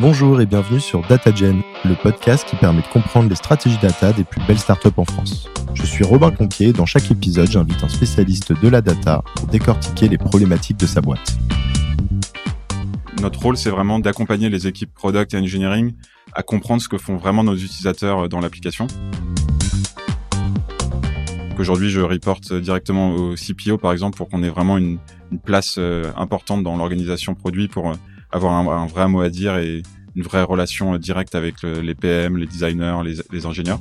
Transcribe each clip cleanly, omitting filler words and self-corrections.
Bonjour et bienvenue sur DataGen, le podcast qui permet de comprendre les stratégies data des plus belles startups en France. Je suis Robin Conquier et dans chaque épisode, j'invite un spécialiste de la data pour décortiquer les problématiques de sa boîte. Notre rôle, c'est vraiment d'accompagner les équipes Product et Engineering à comprendre ce que font vraiment nos utilisateurs dans l'application. Aujourd'hui, je reporte directement au CPO, par exemple, pour qu'on ait vraiment une place importante dans l'organisation produit pour avoir un vrai mot à dire et une vraie relation directe avec les PM, les designers, les ingénieurs.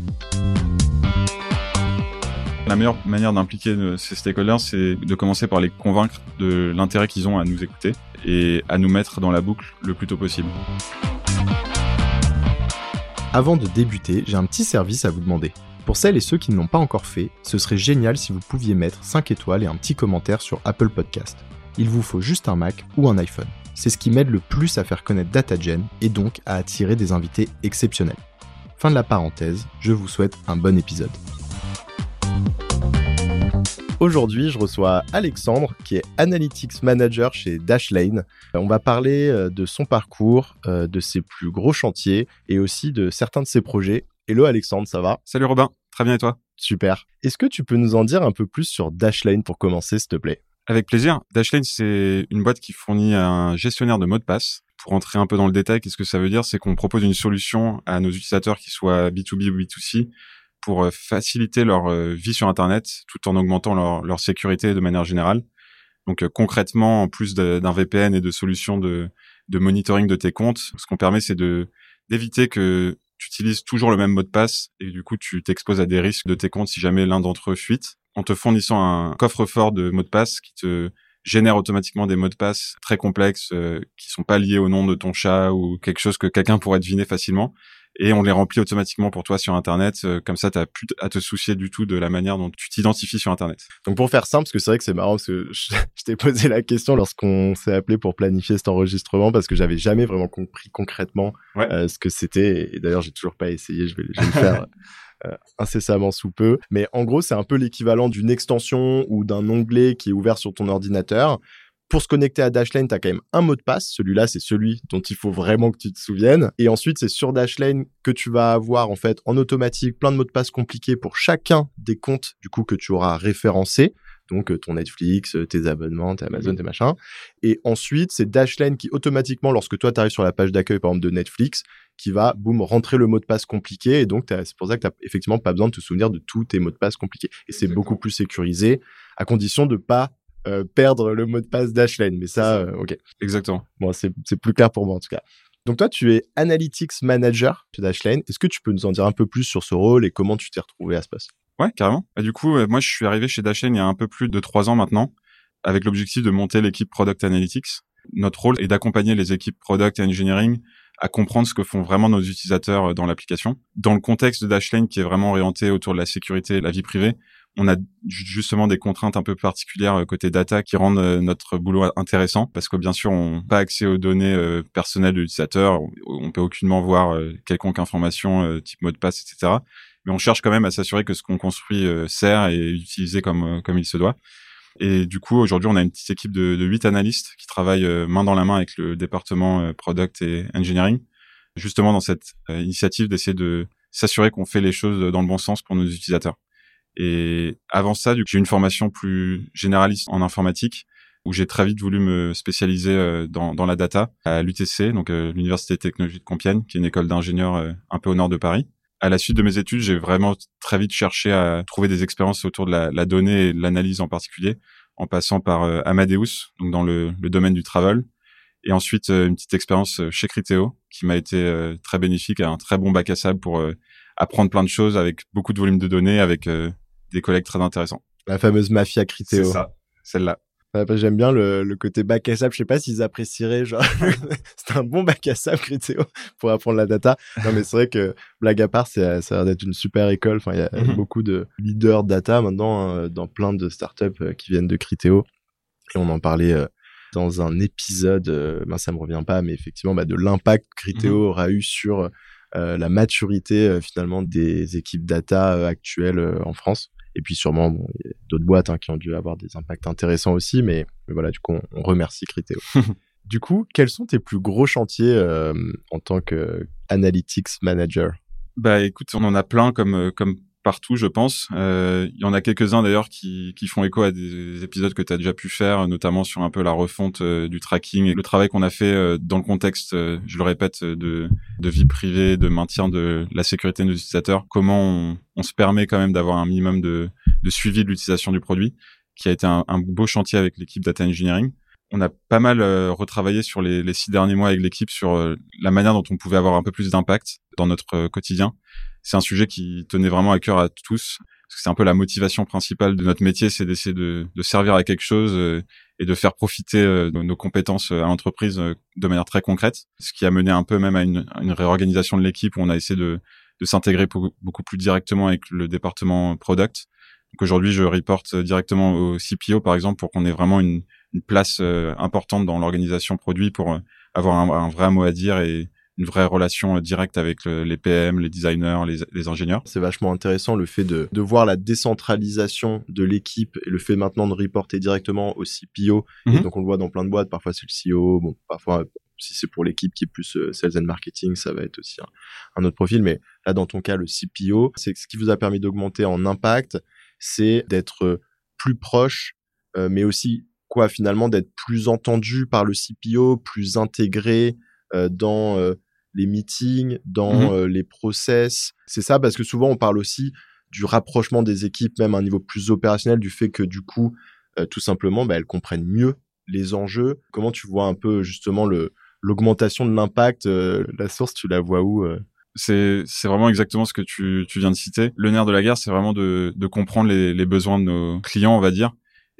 La meilleure manière d'impliquer ces stakeholders, c'est de commencer par les convaincre de l'intérêt qu'ils ont à nous écouter et à nous mettre dans la boucle le plus tôt possible. Avant de débuter, j'ai un petit service à vous demander. Pour celles et ceux qui ne l'ont pas encore fait, ce serait génial si vous pouviez mettre 5 étoiles et un petit commentaire sur Apple Podcast. Il vous faut juste un Mac ou un iPhone. C'est ce qui m'aide le plus à faire connaître DataGen et donc à attirer des invités exceptionnels. Fin de la parenthèse, je vous souhaite un bon épisode. Aujourd'hui, je reçois Alexandre, qui est Analytics Manager chez Dashlane. On va parler de son parcours, de ses plus gros chantiers et aussi de certains de ses projets. Hello Alexandre, ça va ? Salut Robin, très bien et toi ? Super. Est-ce que tu peux nous en dire un peu plus sur Dashlane pour commencer, s'il te plaît ? Avec plaisir. Dashlane, c'est une boîte qui fournit un gestionnaire de mots de passe. Pour entrer un peu dans le détail, qu'est-ce que ça veut dire ? C'est qu'on propose une solution à nos utilisateurs, qui soient B2B ou B2C, pour faciliter leur vie sur Internet, tout en augmentant leur sécurité de manière générale. Donc concrètement, en plus d'un VPN et de solutions de monitoring de tes comptes, ce qu'on permet, c'est d'éviter que tu utilises toujours le même mot de passe et du coup, tu t'exposes à des risques de tes comptes si jamais l'un d'entre eux fuite, en te fournissant un coffre-fort de mots de passe qui te génère automatiquement des mots de passe très complexes qui sont pas liés au nom de ton chat ou quelque chose que quelqu'un pourrait deviner facilement. Et on les remplit automatiquement pour toi sur Internet. Comme ça, t'as plus à te soucier du tout de la manière dont tu t'identifies sur Internet. Donc pour faire simple, parce que c'est vrai que c'est marrant, parce que je t'ai posé la question lorsqu'on s'est appelé pour planifier cet enregistrement, parce que j'avais jamais vraiment compris concrètement ce que c'était. Et d'ailleurs, j'ai toujours pas essayé. Je vais le faire incessamment sous peu. Mais en gros, c'est un peu l'équivalent d'une extension ou d'un onglet qui est ouvert sur ton ordinateur. Pour se connecter à Dashlane, tu as quand même un mot de passe. Celui-là, c'est celui dont il faut vraiment que tu te souviennes. Et ensuite, c'est sur Dashlane que tu vas avoir en fait en automatique plein de mots de passe compliqués pour chacun des comptes du coup que tu auras référencés. Donc ton Netflix, tes abonnements, tes Amazon, tes machins. Et ensuite, c'est Dashlane qui automatiquement, lorsque toi, tu arrives sur la page d'accueil par exemple de Netflix, qui va, boum, rentrer le mot de passe compliqué. Et donc, c'est pour ça que tu n'as effectivement pas besoin de te souvenir de tous tes mots de passe compliqués. Et c'est beaucoup plus sécurisé, à condition de pas perdre le mot de passe Dashlane. Mais ça, ok. Exactement. Bon, c'est plus clair pour moi en tout cas. Donc toi, tu es Analytics Manager chez Dashlane. Est-ce que tu peux nous en dire un peu plus sur ce rôle et comment tu t'es retrouvé à ce poste ? Ouais, carrément. Du coup, moi, je suis arrivé chez Dashlane il y a un peu plus de 3 ans maintenant, avec l'objectif de monter l'équipe Product Analytics. Notre rôle est d'accompagner les équipes Product et Engineering à comprendre ce que font vraiment nos utilisateurs dans l'application. Dans le contexte de Dashlane, qui est vraiment orienté autour de la sécurité et de la vie privée, on a justement des contraintes un peu particulières côté data qui rendent notre boulot intéressant, parce que bien sûr, on n'a pas accès aux données personnelles de l'utilisateur, on peut aucunement voir quelconque information type mot de passe, etc. Mais on cherche quand même à s'assurer que ce qu'on construit sert et est utilisé comme il se doit. Et du coup, aujourd'hui, on a une petite équipe de 8 analystes qui travaillent main dans la main avec le département Product et Engineering, justement dans cette initiative d'essayer de s'assurer qu'on fait les choses dans le bon sens pour nos utilisateurs. Et avant ça, j'ai eu une formation plus généraliste en informatique, où j'ai très vite voulu me spécialiser dans la data à l'UTC, donc l'Université de Technologie de Compiègne, qui est une école d'ingénieurs un peu au nord de Paris. À la suite de mes études, j'ai vraiment très vite cherché à trouver des expériences autour de la donnée et de l'analyse en particulier, en passant par Amadeus, donc dans le domaine du travel, et ensuite une petite expérience chez Criteo, qui m'a été très bénéfique, un très bon bac à sable pour apprendre plein de choses avec beaucoup de volume de données, avec des collègues très intéressants. La fameuse mafia Criteo. C'est ça, celle-là. J'aime bien le côté bac à sable. Je sais pas s'ils apprécieraient, genre, c'est un bon bac à sable Criteo pour apprendre la data. Non, mais c'est vrai que, blague à part, ça a l'air d'être une super école. Enfin, il y a beaucoup de leaders data maintenant, dans plein de startups qui viennent de Criteo. Et on en parlait dans un épisode, ça me revient pas, mais effectivement, de l'impact que Criteo aura eu sur la maturité finalement des équipes data actuelles en France. Et puis sûrement, il y a d'autres boîtes qui ont dû avoir des impacts intéressants aussi, mais voilà, du coup, on remercie Criteo. Du coup, quels sont tes plus gros chantiers en tant que analytics manager? Bah écoute, on en a plein comme partout, je pense. Il y en a quelques-uns d'ailleurs qui font écho à des épisodes que tu as déjà pu faire, notamment sur un peu la refonte du tracking et le travail qu'on a fait dans le contexte, je le répète, de vie privée, de maintien de la sécurité de nos utilisateurs. Comment on se permet quand même d'avoir un minimum de suivi de l'utilisation du produit, qui a été un beau chantier avec l'équipe Data Engineering. On a pas mal retravaillé sur les 6 derniers mois avec l'équipe sur la manière dont on pouvait avoir un peu plus d'impact dans notre quotidien. C'est un sujet qui tenait vraiment à cœur à tous, parce que c'est un peu la motivation principale de notre métier, c'est d'essayer de servir à quelque chose et de faire profiter nos compétences à l'entreprise de manière très concrète. Ce qui a mené un peu même à une réorganisation de l'équipe où on a essayé de s'intégrer beaucoup plus directement avec le département product. Donc aujourd'hui, je reporte directement au CPO, par exemple, pour qu'on ait vraiment une place importante dans l'organisation produit pour avoir un vrai mot à dire et une vraie relation directe avec les PM, les designers, les ingénieurs. C'est vachement intéressant le fait de voir la décentralisation de l'équipe et le fait maintenant de reporter directement au CPO. Et donc on le voit dans plein de boîtes, parfois c'est le CEO, bon, parfois si c'est pour l'équipe qui est plus sales and marketing, ça va être aussi un autre profil. Mais là, dans ton cas, le CPO, c'est ce qui vous a permis d'augmenter en impact, c'est d'être plus proche, mais aussi finalement d'être plus entendu par le CPO, plus intégré dans les meetings, dans les process. C'est ça, parce que souvent on parle aussi du rapprochement des équipes, même à un niveau plus opérationnel, du fait que du coup, tout simplement, elles comprennent mieux les enjeux. Comment tu vois un peu justement l'augmentation de l'impact, la source, tu la vois où C'est vraiment exactement ce que tu viens de citer. Le nerf de la guerre, c'est vraiment de comprendre les besoins de nos clients, on va dire,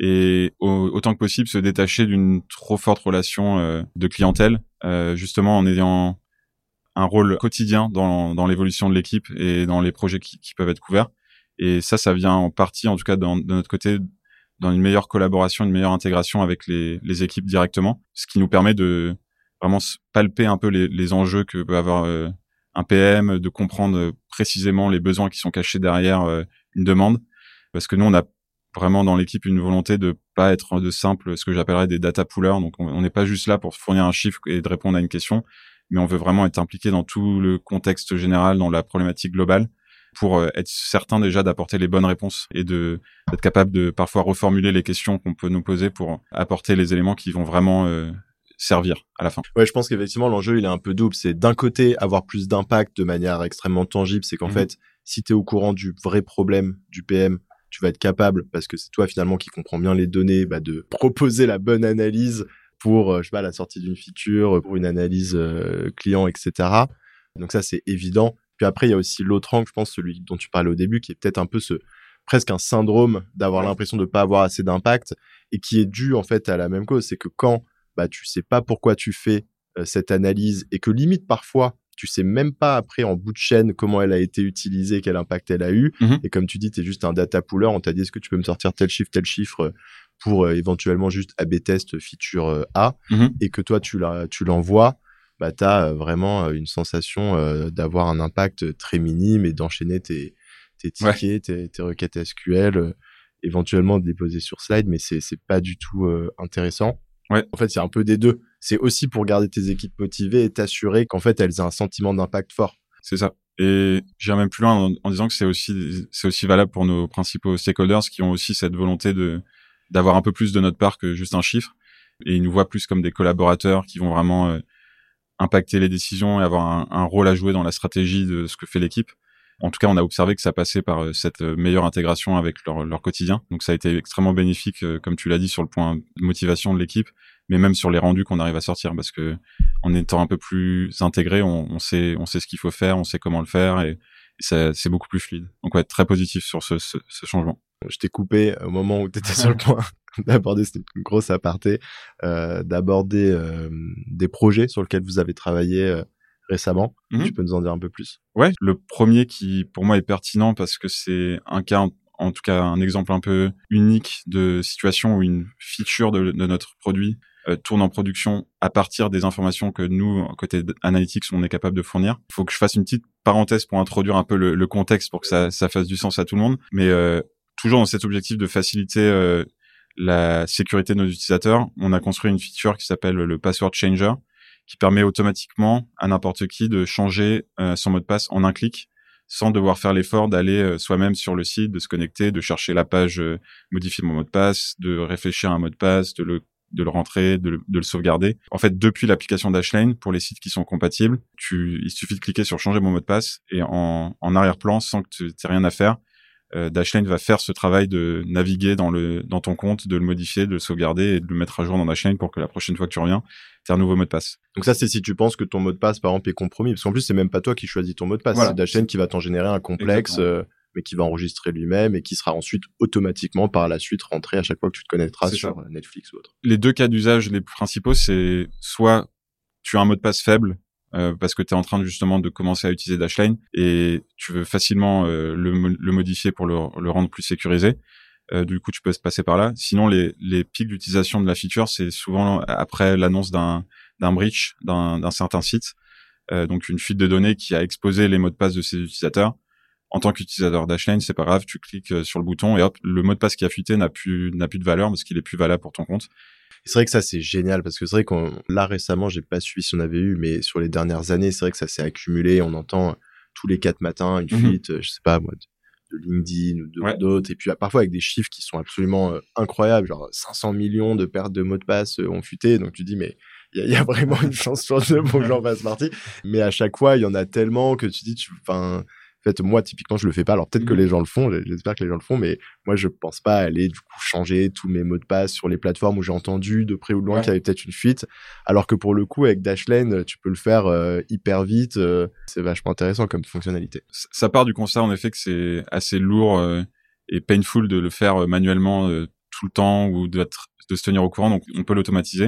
et autant que possible se détacher d'une trop forte relation de clientèle, justement en ayant un rôle quotidien dans l'évolution de l'équipe et dans les projets qui peuvent être couverts. Et ça vient en partie, en tout cas de notre côté, dans une meilleure collaboration, une meilleure intégration avec les équipes directement, ce qui nous permet de vraiment palper un peu les enjeux que peut avoir un PM, de comprendre précisément les besoins qui sont cachés derrière une demande, parce que nous on a vraiment dans l'équipe une volonté de pas être de simples, ce que j'appellerais des data poolers. Donc on n'est pas juste là pour fournir un chiffre et de répondre à une question, mais on veut vraiment être impliqué dans tout le contexte général, dans la problématique globale, pour être certain déjà d'apporter les bonnes réponses et d'être capable de parfois reformuler les questions qu'on peut nous poser pour apporter les éléments qui vont vraiment servir à la fin. Ouais, je pense qu'effectivement l'enjeu il est un peu double. C'est d'un côté avoir plus d'impact de manière extrêmement tangible, c'est qu'en fait si tu es au courant du vrai problème du PM, tu vas être capable, parce que c'est toi finalement qui comprends bien les données, de proposer la bonne analyse pour la sortie d'une feature, pour une analyse client, etc. Donc ça c'est évident. Puis après il y a aussi l'autre angle, je pense celui dont tu parlais au début, qui est peut-être un peu presque un syndrome d'avoir l'impression de pas avoir assez d'impact, et qui est dû en fait à la même cause. C'est que quand tu sais pas pourquoi tu fais cette analyse, et que limite parfois tu sais même pas après en bout de chaîne comment elle a été utilisée, quel impact elle a eu, et comme tu dis t'es juste un data pooler, on t'a dit est-ce que tu peux me sortir tel chiffre pour éventuellement juste A/B test feature A, et que toi tu l'envoies, t'as vraiment une sensation d'avoir un impact très minime et d'enchaîner tes tickets, tes requêtes SQL, éventuellement déposer sur slide, mais c'est pas du tout intéressant. Ouais. En fait, il y a un peu des deux. C'est aussi pour garder tes équipes motivées et t'assurer qu'en fait, elles aient un sentiment d'impact fort. C'est ça. Et j'irai même plus loin en disant que c'est aussi valable pour nos principaux stakeholders qui ont aussi cette volonté d'avoir un peu plus de notre part que juste un chiffre. Et ils nous voient plus comme des collaborateurs qui vont vraiment impacter les décisions et avoir un rôle à jouer dans la stratégie de ce que fait l'équipe. En tout cas, on a observé que ça passait par cette meilleure intégration avec leur quotidien. Donc, ça a été extrêmement bénéfique, comme tu l'as dit, sur le point de motivation de l'équipe, mais même sur les rendus qu'on arrive à sortir, parce que en étant un peu plus intégré, on sait ce qu'il faut faire, on sait comment le faire, et c'est beaucoup plus fluide. Donc, ouais, très positif sur ce changement. Je t'ai coupé au moment où tu étais sur le point d'aborder, c'était une grosse aparté, d'aborder des projets sur lesquels vous avez travaillé récemment. Tu peux nous en dire un peu plus? Ouais, le premier qui pour moi est pertinent parce que c'est un cas, en tout cas un exemple un peu unique de situation où une feature de notre produit tourne en production à partir des informations que nous, côté Analytics, on est capable de fournir. Il faut que je fasse une petite parenthèse pour introduire un peu le contexte pour que ça fasse du sens à tout le monde. Mais toujours dans cet objectif de faciliter la sécurité de nos utilisateurs, on a construit une feature qui s'appelle le Password Changer, qui permet automatiquement à n'importe qui de changer son mot de passe en un clic, sans devoir faire l'effort d'aller soi-même sur le site, de se connecter, de chercher la page modifier mon mot de passe, de réfléchir à un mot de passe, de le rentrer, de le sauvegarder. En fait, depuis l'application Dashlane, pour les sites qui sont compatibles, il suffit de cliquer sur changer mon mot de passe et en arrière-plan, sans que tu aies rien à faire, Dashlane va faire ce travail de naviguer dans ton compte, de le modifier, de le sauvegarder et de le mettre à jour dans Dashlane pour que la prochaine fois que tu reviens, tu aies un nouveau mot de passe. Donc ça, c'est si tu penses que ton mot de passe, par exemple, est compromis. Parce qu'en plus, c'est même pas toi qui choisis ton mot de passe. Voilà. C'est Dashlane qui va t'en générer un complexe, mais qui va enregistrer lui-même et qui sera ensuite automatiquement par la suite rentré à chaque fois que tu te connecteras sur Netflix ou autre. Les deux cas d'usage les plus principaux, c'est soit tu as un mot de passe faible, parce que tu es en train justement de commencer à utiliser Dashlane et tu veux facilement le modifier pour le rendre plus sécurisé. Du coup, tu peux se passer par là. Sinon, les pics d'utilisation de la feature, c'est souvent après l'annonce d'un breach d'un certain site. Donc, une fuite de données qui a exposé les mots de passe de ses utilisateurs. En tant qu'utilisateur Dashlane, c'est pas grave, tu cliques sur le bouton et hop, le mot de passe qui a fuité n'a plus de valeur parce qu'il est plus valable pour ton compte. C'est vrai que ça, c'est génial parce que c'est vrai là, récemment, j'ai pas suivi si on avait eu, mais sur les dernières années, c'est vrai que ça s'est accumulé. On entend tous les 4 matins une fuite, je sais pas, moi, de LinkedIn ou d'autres. Et puis, parfois avec des chiffres qui sont absolument incroyables, genre 500 millions de pertes de mots de passe ont fuité. Donc, tu dis, mais il y a vraiment une chance sur deux pour que j'en fasse partie. Mais à chaque fois, il y en a tellement que tu dis, en fait, moi, typiquement, je le fais pas. Alors, peut-être que les gens le font. J'espère que les gens le font. Mais moi, je pense pas aller, du coup, changer tous mes mots de passe sur les plateformes où j'ai entendu de près ou de loin qu'il y avait peut-être une fuite. Alors que pour le coup, avec Dashlane, tu peux le faire hyper vite. C'est vachement intéressant comme fonctionnalité. Ça part du constat, en effet, que c'est assez lourd et painful de le faire manuellement tout le temps ou de se tenir au courant. Donc, on peut l'automatiser.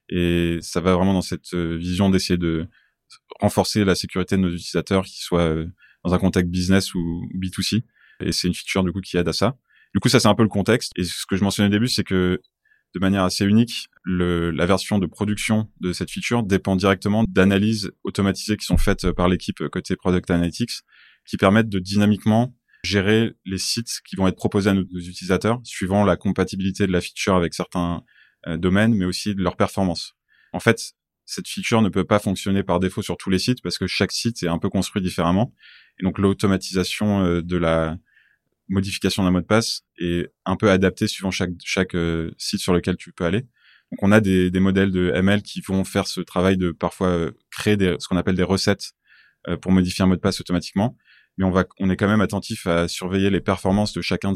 Et ça va vraiment dans cette vision d'essayer de renforcer la sécurité de nos utilisateurs, qu'ils soient dans un contexte business ou B2C. Et c'est une feature, du coup, qui aide à ça. Du coup, ça, c'est un peu le contexte. Et ce que je mentionnais au début, c'est que de manière assez unique, la version de production de cette feature dépend directement d'analyses automatisées qui sont faites par l'équipe côté Product Analytics, qui permettent de dynamiquement gérer les sites qui vont être proposés à nos utilisateurs, suivant la compatibilité de la feature avec certains domaines, mais aussi de leur performance. En fait, cette feature ne peut pas fonctionner par défaut sur tous les sites parce que chaque site est un peu construit différemment. Et donc, l'automatisation de la modification d'un mot de passe est un peu adaptée suivant chaque site sur lequel tu peux aller. Donc, on a des modèles de ML qui vont faire ce travail de parfois créer ce qu'on appelle des recettes pour modifier un mot de passe automatiquement. Mais on est quand même attentif à surveiller les performances de chacune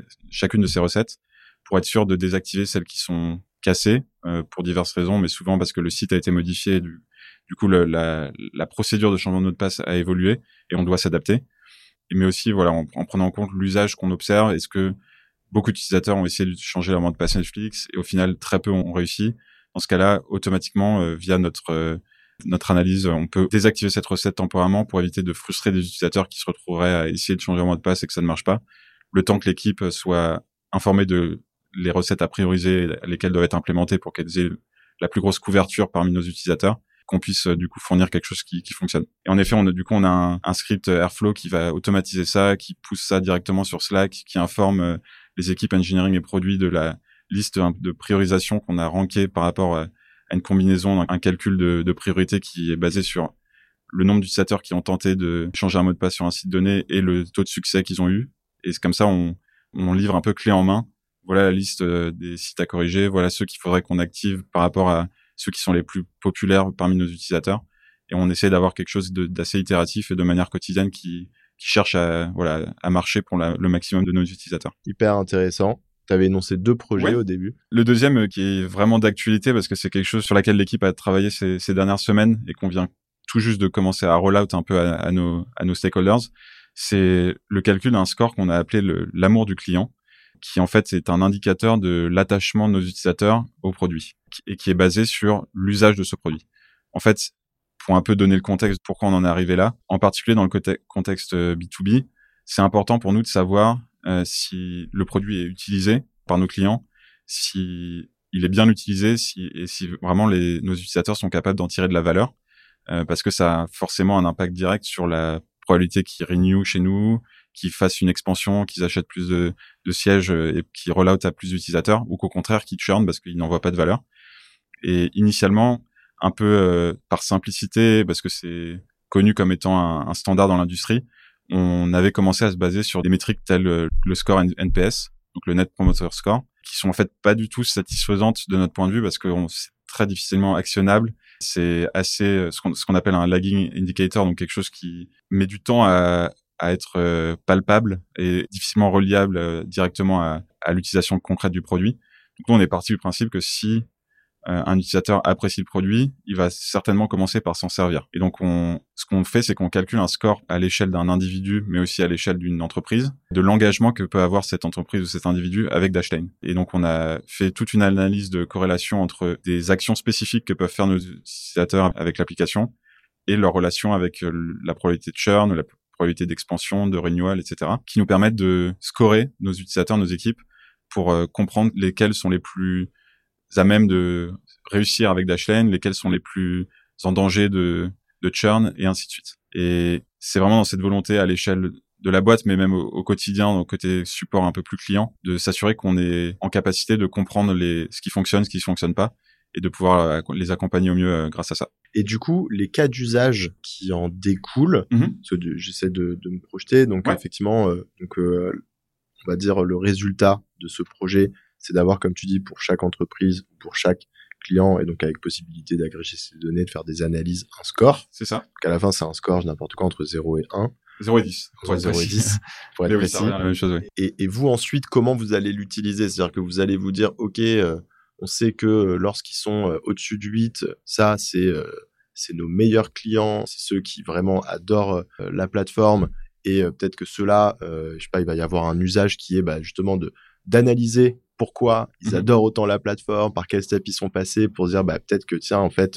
de ces recettes pour être sûr de désactiver celles qui sont cassées pour diverses raisons, mais souvent parce que le site a été modifié. Du coup, la procédure de changement de mot de passe a évolué et on doit s'adapter. Mais aussi, voilà, en prenant en compte l'usage qu'on observe, est-ce que beaucoup d'utilisateurs ont essayé de changer leur mot de passe Netflix et au final, très peu ont réussi. Dans ce cas-là, automatiquement, via notre analyse, on peut désactiver cette recette temporairement pour éviter de frustrer des utilisateurs qui se retrouveraient à essayer de changer leur mot de passe et que ça ne marche pas. Le temps que l'équipe soit informée de les recettes à prioriser, lesquelles doivent être implémentées pour qu'elles aient la plus grosse couverture parmi nos utilisateurs, qu'on puisse du coup fournir quelque chose qui fonctionne. Et en effet, on a un script Airflow qui va automatiser ça, qui pousse ça directement sur Slack, qui informe les équipes engineering et produits de la liste de priorisation qu'on a rankée par rapport à une combinaison, un calcul de priorité qui est basé sur le nombre d'utilisateurs qui ont tenté de changer un mot de passe sur un site donné et le taux de succès qu'ils ont eu. Et c'est comme ça, on livre un peu clé en main. Voilà la liste des sites à corriger. Voilà ceux qu'il faudrait qu'on active par rapport à ceux qui sont les plus populaires parmi nos utilisateurs. Et on essaie d'avoir quelque chose d'assez itératif et de manière quotidienne qui cherche à marcher pour le maximum de nos utilisateurs. Hyper intéressant. Tu avais énoncé 2 projets au début. Le deuxième qui est vraiment d'actualité parce que c'est quelque chose sur laquelle l'équipe a travaillé ces dernières semaines et qu'on vient tout juste de commencer à roll out un peu à nos stakeholders, c'est le calcul d'un score qu'on a appelé l'amour du client, qui en fait est un indicateur de l'attachement de nos utilisateurs au produit et qui est basé sur l'usage de ce produit. En fait, pour un peu donner le contexte pourquoi on en est arrivé là, en particulier dans le contexte B2B, c'est important pour nous de savoir si le produit est utilisé par nos clients, si il est bien utilisé, si vraiment nos utilisateurs sont capables d'en tirer de la valeur, parce que ça a forcément un impact direct sur la probabilité qu'ils renew chez nous qu'ils fassent une expansion, qu'ils achètent plus de sièges et qu'ils rollout à plus d'utilisateurs, ou qu'au contraire qu'ils churn parce qu'ils n'en voient pas de valeur. Et initialement, un peu par simplicité, parce que c'est connu comme étant un standard dans l'industrie, on avait commencé à se baser sur des métriques telles le score NPS, donc le Net Promoter Score, qui sont en fait pas du tout satisfaisantes de notre point de vue parce que c'est très difficilement actionnable. C'est assez ce qu'on appelle un lagging indicator, donc quelque chose qui met du temps à être palpable et difficilement reliable directement à l'utilisation concrète du produit. Donc nous, on est parti du principe que si un utilisateur apprécie le produit, il va certainement commencer par s'en servir. Et donc, ce qu'on fait, c'est qu'on calcule un score à l'échelle d'un individu, mais aussi à l'échelle d'une entreprise, de l'engagement que peut avoir cette entreprise ou cet individu avec Dashlane. Et donc, on a fait toute une analyse de corrélation entre des actions spécifiques que peuvent faire nos utilisateurs avec l'application et leur relation avec la probabilité de churn, la probabilité d'expansion, de renewal, etc., qui nous permettent de scorer nos utilisateurs, nos équipes, pour comprendre lesquels sont les plus à même de réussir avec Dashlane, lesquels sont les plus en danger de churn, et ainsi de suite. Et c'est vraiment dans cette volonté à l'échelle de la boîte, mais même au quotidien, au côté support un peu plus client, de s'assurer qu'on est en capacité de comprendre ce qui fonctionne, ce qui ne fonctionne pas, et de pouvoir les accompagner au mieux grâce à ça. Et du coup, les cas d'usage qui en découlent, j'essaie de me projeter, donc effectivement, on va dire le résultat de ce projet, c'est d'avoir, comme tu dis, pour chaque entreprise, pour chaque client, et donc avec possibilité d'agréger ces données, de faire des analyses, un score. C'est ça. Donc à la fin, c'est un score n'importe quoi entre 0 et 1. 0 et 10. 0 et 10, pour être précis. Ça revient à la même chose, oui. Et vous, ensuite, comment vous allez l'utiliser? C'est-à-dire que vous allez vous dire, OK, on sait que lorsqu'ils sont au-dessus de 8, ça, c'est nos meilleurs clients, c'est ceux qui vraiment adorent la plateforme, et peut-être que ceux-là, je sais pas, il va y avoir un usage qui est justement d'analyser pourquoi ils adorent autant la plateforme, par quels steps ils sont passés, pour dire peut-être que tiens, en fait,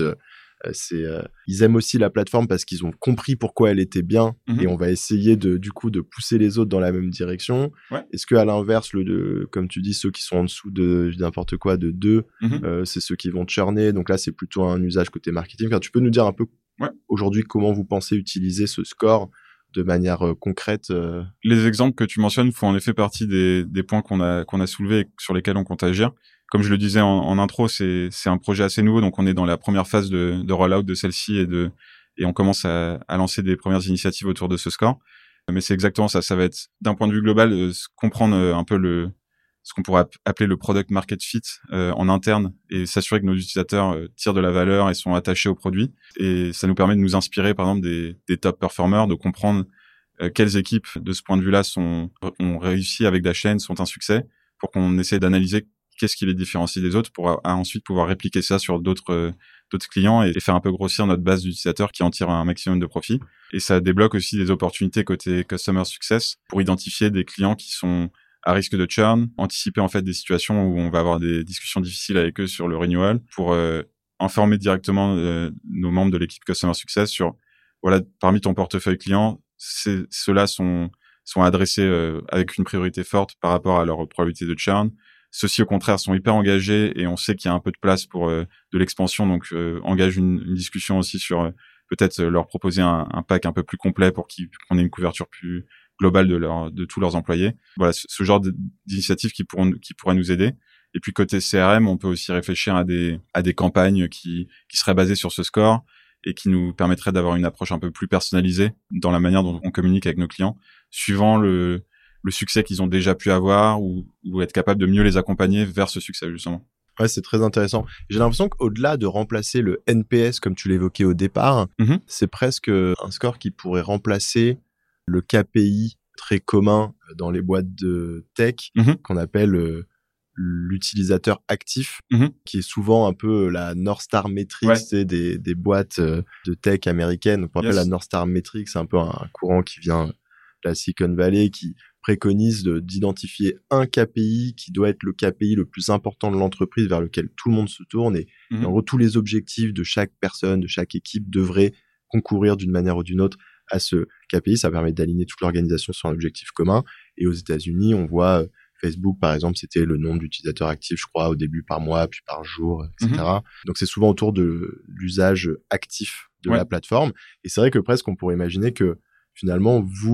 ils aiment aussi la plateforme parce qu'ils ont compris pourquoi elle était bien, et on va essayer de pousser les autres dans la même direction. Est-ce que à l'inverse, comme tu dis, ceux qui sont en dessous de n'importe quoi de 2, c'est ceux qui vont churner, donc là c'est plutôt un usage côté marketing. Enfin, tu peux nous dire un peu aujourd'hui comment vous pensez utiliser ce score de manière concrète? Les exemples que tu mentionnes font en effet partie des points qu'on a soulevés et sur lesquels on compte agir. Comme je le disais en intro, c'est un projet assez nouveau, donc on est dans la première phase de rollout de celle-ci, et on commence à lancer des premières initiatives autour de ce score. Mais c'est exactement ça. Ça va être, d'un point de vue global, comprendre un peu ce qu'on pourrait appeler le product market fit en interne, et s'assurer que nos utilisateurs tirent de la valeur et sont attachés au produit. Et ça nous permet de nous inspirer, par exemple, des top performers, de comprendre quelles équipes, de ce point de vue-là, ont réussi avec Dashlane, sont un succès, pour qu'on essaie d'analyser qu'est-ce qui les différencie des autres, pour ensuite pouvoir répliquer ça sur d'autres clients et faire un peu grossir notre base d'utilisateurs qui en tirent un maximum de profit. Et ça débloque aussi des opportunités côté customer success pour identifier des clients qui sont à risque de churn, anticiper en fait des situations où on va avoir des discussions difficiles avec eux sur le renewal, pour informer directement nos membres de l'équipe customer success sur, voilà, parmi ton portefeuille client, ceux-là sont adressés avec une priorité forte par rapport à leur probabilité de churn. Ceux-ci, au contraire, sont hyper engagés et on sait qu'il y a un peu de place pour de l'expansion, donc engage une discussion aussi sur peut-être leur proposer un pack un peu plus complet pour qu'on ait une couverture plus globale de tous leurs employés. Voilà, ce genre d'initiatives qui pourraient nous aider. Et puis côté CRM, on peut aussi réfléchir à des campagnes qui seraient basées sur ce score et qui nous permettraient d'avoir une approche un peu plus personnalisée dans la manière dont on communique avec nos clients, suivant le succès qu'ils ont déjà pu avoir, ou être capable de mieux les accompagner vers ce succès, justement. Ouais, c'est très intéressant. J'ai l'impression qu'au-delà de remplacer le NPS, comme tu l'évoquais au départ, c'est presque un score qui pourrait remplacer le KPI très commun dans les boîtes de tech, qu'on appelle l'utilisateur actif, qui est souvent un peu la North Star Metrics, des boîtes de tech américaines. On appelle la North Star Metrics, c'est un peu un courant qui vient de la Silicon Valley, qui préconise d'identifier un KPI qui doit être le KPI le plus important de l'entreprise, vers lequel tout le monde se tourne, et en gros tous les objectifs de chaque personne, de chaque équipe devraient concourir d'une manière ou d'une autre à ce KPI. Ça permet d'aligner toute l'organisation sur un objectif commun. Et aux États-Unis, on voit Facebook, par exemple, c'était le nombre d'utilisateurs actifs, je crois, au début par mois, puis par jour, etc. Donc c'est souvent autour de l'usage actif de la plateforme. Et c'est vrai que presque on pourrait imaginer que finalement, vous,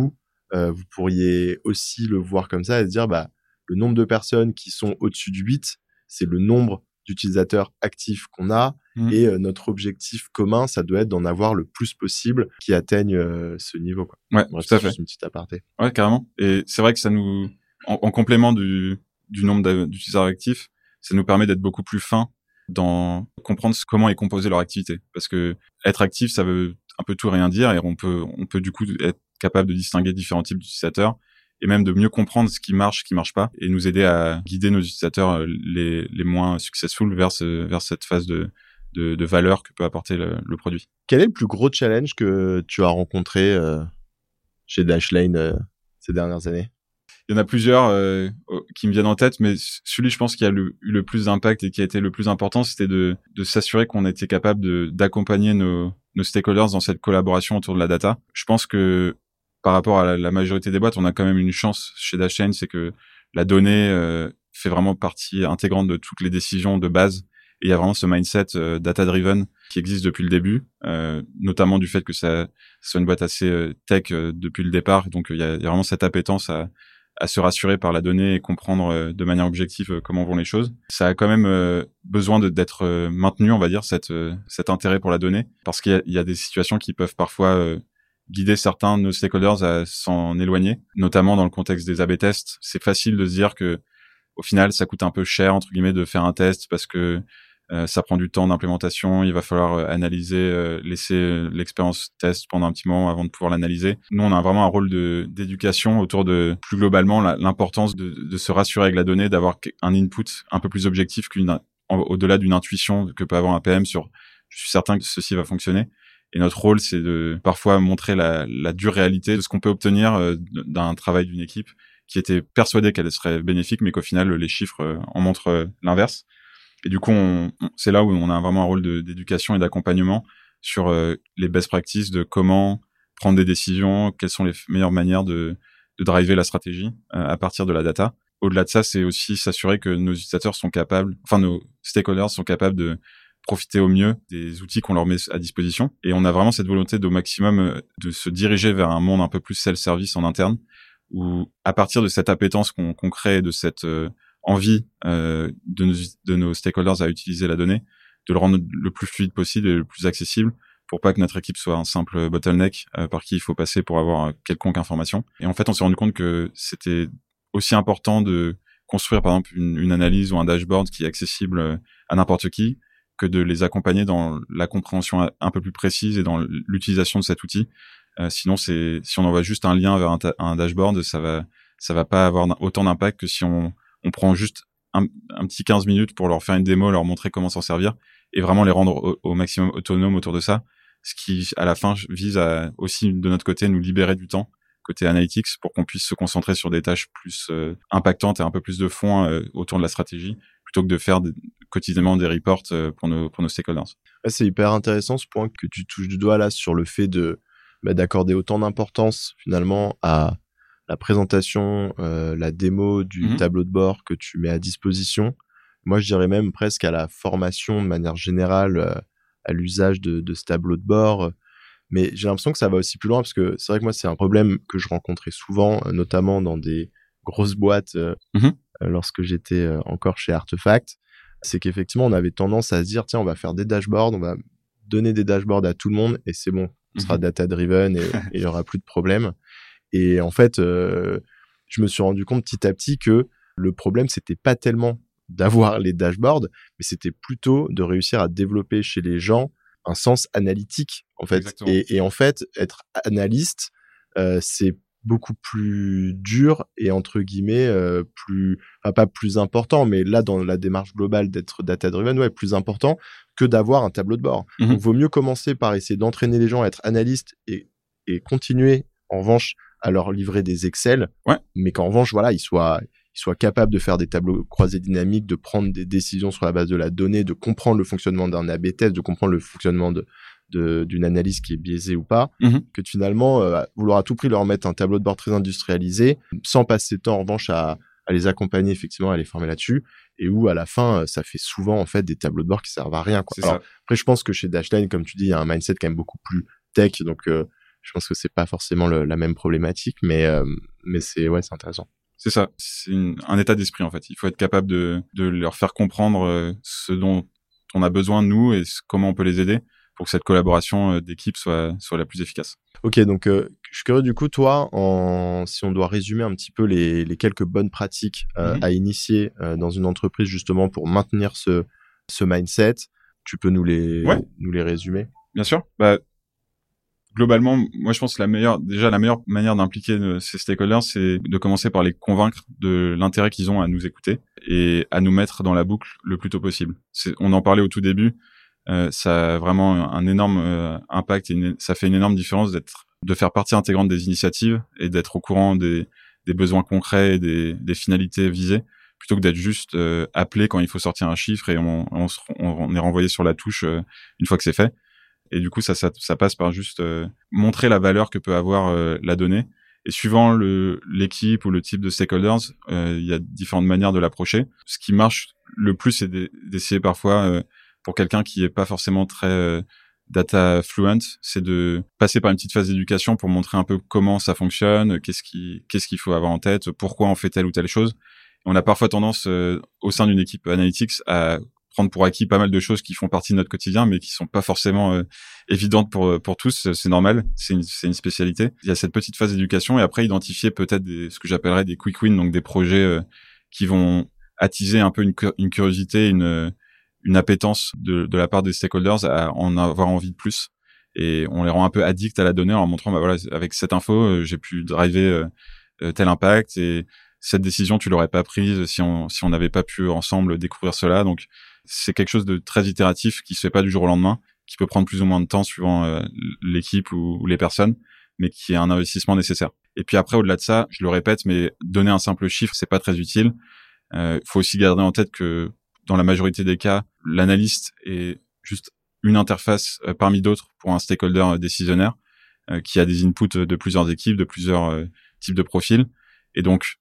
vous pourriez aussi le voir comme ça et se dire, le nombre de personnes qui sont au-dessus de 8, c'est le nombre d'utilisateurs actifs qu'on a. Et notre objectif commun, ça doit être d'en avoir le plus possible qui atteignent ce niveau, quoi. Ouais, bref, tout à c'est fait. juste une petite aparté. Ouais, carrément. Et c'est vrai que ça nous, en complément du nombre d'utilisateurs actifs, ça nous permet d'être beaucoup plus fin dans comprendre comment est composée leur activité. Parce que être actif, ça veut un peu tout rien dire, et on peut du coup être capable de distinguer différents types d'utilisateurs et même de mieux comprendre ce qui marche pas, et nous aider à guider nos utilisateurs les moins successful vers cette phase de valeur que peut apporter le produit. Quel est le plus gros challenge que tu as rencontré chez Dashlane ces dernières années? Il y en a plusieurs qui me viennent en tête, mais celui, je pense, qui a eu le plus d'impact et qui a été le plus important, c'était de s'assurer qu'on était capable d'accompagner nos stakeholders dans cette collaboration autour de la data. Je pense que par rapport à la majorité des boîtes, on a quand même une chance chez Dashlane, c'est que la donnée fait vraiment partie intégrante de toutes les décisions de base. Et il y a vraiment ce mindset data-driven qui existe depuis le début, notamment du fait que ça soit une boîte assez tech depuis le départ. Donc il y a vraiment cette appétence à se rassurer par la donnée et comprendre de manière objective comment vont les choses. Ça a quand même besoin d'être maintenu, on va dire, cet intérêt pour la donnée, parce qu'il y a des situations qui peuvent parfois guider certains de nos stakeholders à s'en éloigner, notamment dans le contexte des A/B tests. C'est facile de se dire que au final, ça coûte un peu cher, entre guillemets, de faire un test parce que ça prend du temps d'implémentation, il va falloir analyser, laisser l'expérience test pendant un petit moment avant de pouvoir l'analyser. Nous, on a vraiment un rôle d'éducation autour de, plus globalement, l'importance de se rassurer avec la donnée, d'avoir un input un peu plus objectif au-delà d'une intuition que peut avoir un PM sur « je suis certain que ceci va fonctionner ». Et notre rôle, c'est de parfois montrer la dure réalité de ce qu'on peut obtenir d'un travail d'une équipe qui était persuadée qu'elle serait bénéfique, mais qu'au final, les chiffres en montrent l'inverse. Et du coup, c'est là où on a vraiment un rôle d'éducation et d'accompagnement sur les best practices de comment prendre des décisions, quelles sont les meilleures manières de driver la stratégie à partir de la data. Au-delà de ça, c'est aussi s'assurer que nos utilisateurs sont capables, nos stakeholders sont capables de profiter au mieux des outils qu'on leur met à disposition. Et on a vraiment cette volonté au maximum de se diriger vers un monde un peu plus self-service en interne, où à partir de cette appétence qu'on crée, de cette envie de nos stakeholders à utiliser la donnée, de le rendre le plus fluide possible et le plus accessible pour pas que notre équipe soit un simple bottleneck par qui il faut passer pour avoir quelconque information. Et en fait, on s'est rendu compte que c'était aussi important de construire par exemple une analyse ou un dashboard qui est accessible à n'importe qui, que de les accompagner dans la compréhension un peu plus précise et dans l'utilisation de cet outil. Sinon, si on envoie juste un lien vers un dashboard, ça va pas avoir autant d'impact que si on prend juste un petit 15 minutes pour leur faire une démo, leur montrer comment s'en servir et vraiment les rendre au maximum autonomes autour de ça. Ce qui, à la fin, vise à aussi, de notre côté, nous libérer du temps côté analytics pour qu'on puisse se concentrer sur des tâches plus impactantes et un peu plus de fond autour de la stratégie plutôt que de faire quotidiennement des reports pour nos stakeholders. Ouais, c'est hyper intéressant ce point que tu touches du doigt là sur le fait d'accorder autant d'importance finalement à la présentation, la démo du tableau de bord que tu mets à disposition. Moi, je dirais même presque à la formation de manière générale à l'usage de ce tableau de bord. Mais j'ai l'impression que ça va aussi plus loin parce que c'est vrai que moi, c'est un problème que je rencontrais souvent, notamment dans des grosses boîtes lorsque j'étais encore chez Artefact. C'est qu'effectivement, on avait tendance à se dire, tiens, on va faire des dashboards, on va donner des dashboards à tout le monde et c'est bon, on sera data-driven et il y aura plus de problème. Et en fait, je me suis rendu compte petit à petit que le problème, c'était pas tellement d'avoir les dashboards, mais c'était plutôt de réussir à développer chez les gens un sens analytique, en fait. Et en fait, être analyste, c'est beaucoup plus dur et entre guillemets pas plus important, mais là dans la démarche globale d'être data-driven, plus important que d'avoir un tableau de bord. Donc, vaut mieux commencer par essayer d'entraîner les gens à être analystes et continuer en revanche à leur livrer des Excel, mais qu'en revanche, voilà, ils soient capables de faire des tableaux croisés dynamiques, de prendre des décisions sur la base de la donnée, de comprendre le fonctionnement d'un A/B test, de comprendre le fonctionnement d'une analyse qui est biaisée ou pas, que finalement, vouloir à tout prix leur mettre un tableau de bord très industrialisé, sans passer de temps en revanche à les accompagner effectivement, à les former là-dessus, et où à la fin, ça fait souvent en fait des tableaux de bord qui servent à rien, quoi. Alors, après, je pense que chez Dashlane, comme tu dis, il y a un mindset quand même beaucoup plus tech, donc je pense que c'est pas forcément la même problématique, mais c'est intéressant. C'est ça. C'est un état d'esprit, en fait. Il faut être capable de leur faire comprendre ce dont on a besoin, nous, et comment on peut les aider pour que cette collaboration d'équipe soit la plus efficace. Ok, donc je suis curieux du coup, toi, si on doit résumer un petit peu les quelques bonnes pratiques à initier dans une entreprise justement pour maintenir ce mindset, tu peux nous les résumer? Bien sûr. Globalement, moi je pense que la meilleure manière d'impliquer ces stakeholders, c'est de commencer par les convaincre de l'intérêt qu'ils ont à nous écouter et à nous mettre dans la boucle le plus tôt possible. On en parlait au tout début, ça a vraiment un énorme impact et ça fait une énorme différence de faire partie intégrante des initiatives et d'être au courant des besoins concrets et des finalités visées, plutôt que d'être juste appelé quand il faut sortir un chiffre et on est renvoyé sur la touche une fois que c'est fait. Et du coup, ça passe par juste montrer la valeur que peut avoir la donnée. Et suivant l'équipe ou le type de stakeholders, il y a différentes manières de l'approcher. Ce qui marche le plus, c'est d'essayer parfois, pour quelqu'un qui est pas forcément très data fluent, c'est de passer par une petite phase d'éducation pour montrer un peu comment ça fonctionne, qu'est-ce qu'il faut avoir en tête, pourquoi on fait telle ou telle chose. On a parfois tendance, au sein d'une équipe analytics, à prendre pour acquis pas mal de choses qui font partie de notre quotidien, mais qui sont pas forcément évidentes pour tous. C'est normal, c'est une spécialité. Il y a cette petite phase d'éducation et après identifier peut-être ce que j'appellerais des quick wins, donc des projets qui vont attiser un peu une curiosité, une appétence de la part des stakeholders à en avoir envie de plus. Et on les rend un peu addicts à la donnée en leur montrant, voilà, avec cette info, j'ai pu driver tel impact et cette décision, tu l'aurais pas prise si on n'avait pas pu ensemble découvrir cela. Donc, c'est quelque chose de très itératif qui se fait pas du jour au lendemain, qui peut prendre plus ou moins de temps suivant l'équipe ou les personnes, mais qui est un investissement nécessaire. Et puis après, au-delà de ça, je le répète, mais donner un simple chiffre, c'est pas très utile. Faut aussi garder en tête que dans la majorité des cas, l'analyste est juste une interface parmi d'autres pour un stakeholder décisionnaire qui a des inputs de plusieurs équipes, de plusieurs types de profils. Et donc,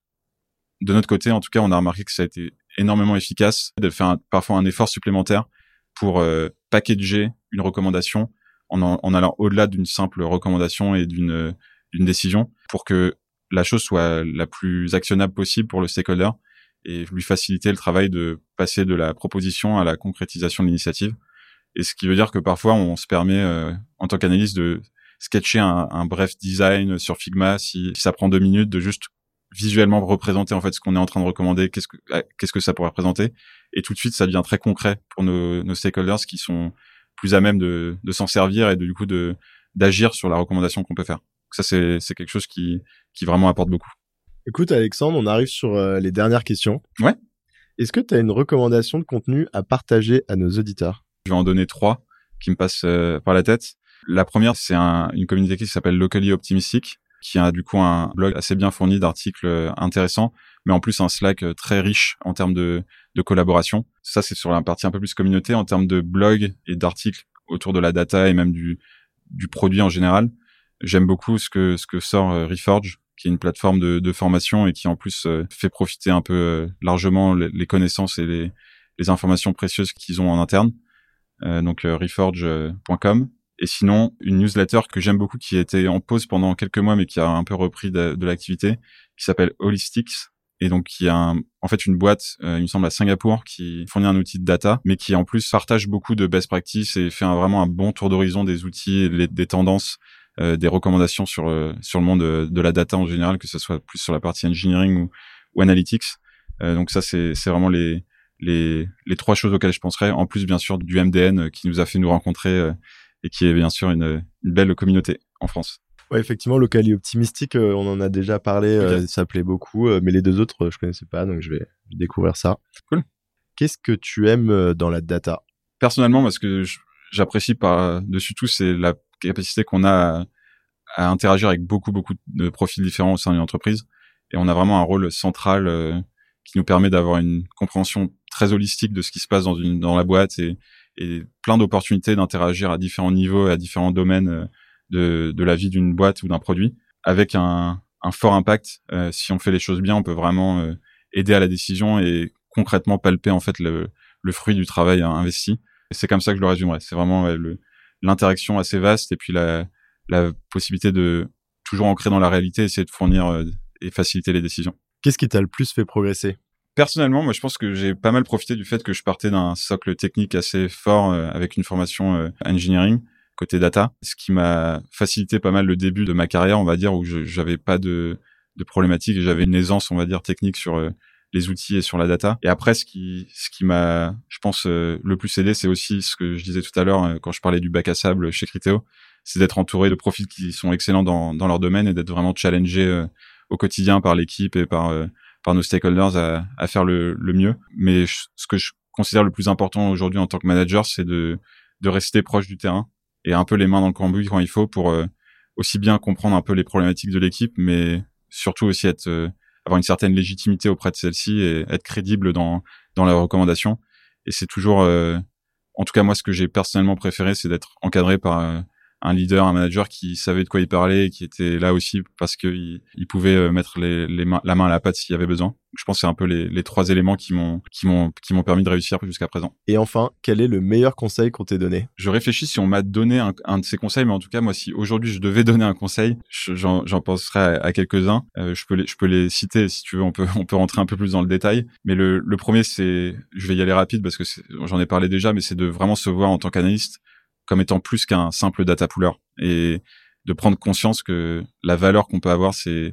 de notre côté, en tout cas, on a remarqué que ça a été énormément efficace de faire parfois un effort supplémentaire pour packager une recommandation en allant au-delà d'une simple recommandation et d'une décision pour que la chose soit la plus actionnable possible pour le stakeholder et lui faciliter le travail de passer de la proposition à la concrétisation de l'initiative. Et ce qui veut dire que parfois, on se permet, en tant qu'analyste, de sketcher un bref design sur Figma si ça prend 2 minutes, de juste visuellement représenter en fait ce qu'on est en train de recommander, qu'est-ce que ça pourrait représenter, et tout de suite ça devient très concret pour nos stakeholders qui sont plus à même de s'en servir et du coup d'agir sur la recommandation qu'on peut faire. Donc ça c'est quelque chose qui vraiment apporte beaucoup. Écoute Alexandre, on arrive sur les dernières questions. Ouais. Est-ce que tu as une recommandation de contenu à partager à nos auditeurs? Je vais en donner 3 qui me passent par la tête. La première, c'est une communauté qui s'appelle Locally Optimistic, qui a du coup un blog assez bien fourni d'articles intéressants, mais en plus un Slack très riche en termes de collaboration. Ça, c'est sur la partie un peu plus communauté. En termes de blog et d'articles autour de la data et même du produit en général, j'aime beaucoup ce que sort Reforge, qui est une plateforme de formation et qui en plus fait profiter un peu largement les connaissances et les informations précieuses qu'ils ont en interne. Donc reforge.com. Et sinon, une newsletter que j'aime beaucoup, qui était en pause pendant quelques mois, mais qui a un peu repris de l'activité, qui s'appelle Holistics, et donc qui a en fait une boîte, il me semble à Singapour, qui fournit un outil de data, mais qui en plus partage beaucoup de best practices et fait vraiment un bon tour d'horizon des outils, et des tendances, des recommandations sur le monde de la data en général, que ce soit plus sur la partie engineering ou analytics. Donc ça, c'est vraiment les 3 choses auxquelles je penserais, en plus bien sûr du MDN qui nous a fait nous rencontrer et qui est bien sûr une belle communauté en France. Ouais, effectivement, Locally Optimistic, on en a déjà parlé, okay. Ça plaît beaucoup, mais les 2 autres, je connaissais pas, donc je vais découvrir ça. Cool. Qu'est-ce que tu aimes dans la data? Personnellement, parce que j'apprécie par-dessus tout, c'est la capacité qu'on a à interagir avec beaucoup de profils différents au sein d'une entreprise. Et on a vraiment un rôle central qui nous permet d'avoir une compréhension très holistique de ce qui se passe dans la boîte et plein d'opportunités d'interagir à différents niveaux et à différents domaines de la vie d'une boîte ou d'un produit, avec un fort impact. Si on fait les choses bien, on peut vraiment aider à la décision et concrètement palper en fait le fruit du travail investi. Et c'est comme ça que je le résumerais. C'est vraiment l'interaction assez vaste et puis la la possibilité de toujours ancrer dans la réalité, essayer de fournir et faciliter les décisions. Qu'est-ce qui t'a le plus fait progresser? Personnellement, moi, je pense que j'ai pas mal profité du fait que je partais d'un socle technique assez fort avec une formation engineering côté data, ce qui m'a facilité pas mal le début de ma carrière, on va dire, où j'avais pas de problématiques et j'avais une aisance, on va dire, technique sur les outils et sur la data. Et après, ce qui m'a, je pense, le plus aidé, c'est aussi ce que je disais tout à l'heure quand je parlais du bac à sable chez Criteo, c'est d'être entouré de profils qui sont excellents dans leur domaine et d'être vraiment challengé au quotidien par l'équipe et par nos stakeholders à faire le mieux. Mais ce que je considère le plus important aujourd'hui en tant que manager, c'est de rester proche du terrain et un peu les mains dans le cambouis quand il faut pour aussi bien comprendre un peu les problématiques de l'équipe, mais surtout aussi avoir une certaine légitimité auprès de celle-ci et être crédible dans leurs recommandations. Et c'est toujours, en tout cas moi, ce que j'ai personnellement préféré, c'est d'être encadré par un leader, un manager qui savait de quoi il parlait et qui était là aussi parce que il pouvait mettre la main à la pâte s'il y avait besoin. Je pense que c'est un peu les trois éléments qui m'ont permis de réussir jusqu'à présent. Et enfin, quel est le meilleur conseil qu'on t'ait donné? Je réfléchis si on m'a donné un de ces conseils, mais en tout cas, moi, si aujourd'hui je devais donner un conseil, j'en penserais à quelques-uns. Je peux les citer si tu veux. On peut rentrer un peu plus dans le détail. Mais le premier, c'est, je vais y aller rapide parce que j'en ai parlé déjà, mais c'est de vraiment se voir en tant qu'analyste comme étant plus qu'un simple data pooler et de prendre conscience que la valeur qu'on peut avoir, c'est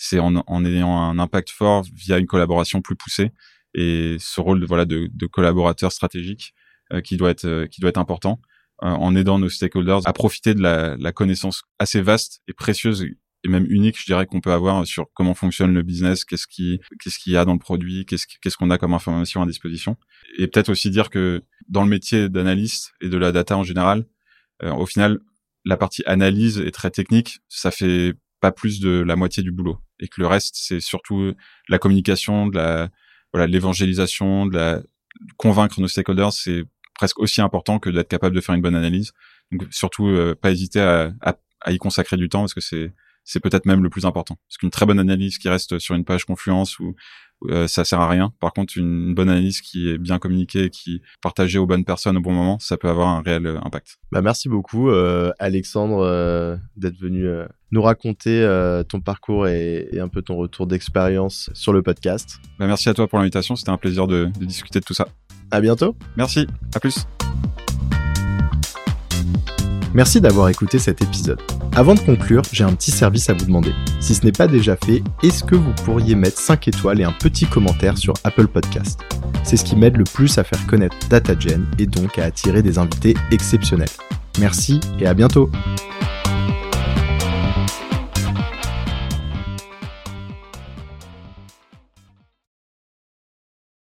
en ayant un impact fort via une collaboration plus poussée et ce rôle de collaborateur stratégique qui doit être important en aidant nos stakeholders à profiter de la connaissance assez vaste et précieuse et même unique, je dirais, qu'on peut avoir sur comment fonctionne le business, qu'est-ce qu'il y a dans le produit, qu'est-ce qu'on a comme information à disposition. Et peut-être aussi dire que dans le métier d'analyste et de la data en général, au final, la partie analyse est très technique, ça fait pas plus de la moitié du boulot. Et que le reste, c'est surtout la communication, de l'évangélisation, convaincre nos stakeholders, c'est presque aussi important que d'être capable de faire une bonne analyse. Donc surtout, pas hésiter à y consacrer du temps parce que c'est peut-être même le plus important. Parce qu'une très bonne analyse qui reste sur une page Confluence ou ça sert à rien. Par contre, une bonne analyse qui est bien communiquée et qui est partagée aux bonnes personnes au bon moment, ça peut avoir un réel impact. Merci beaucoup, Alexandre, d'être venu nous raconter ton parcours et un peu ton retour d'expérience sur le podcast. Merci à toi pour l'invitation. C'était un plaisir de discuter de tout ça. À bientôt. Merci. À plus. Merci d'avoir écouté cet épisode. Avant de conclure, j'ai un petit service à vous demander. Si ce n'est pas déjà fait, est-ce que vous pourriez mettre 5 étoiles et un petit commentaire sur Apple Podcast? C'est ce qui m'aide le plus à faire connaître DataGen et donc à attirer des invités exceptionnels. Merci et à bientôt.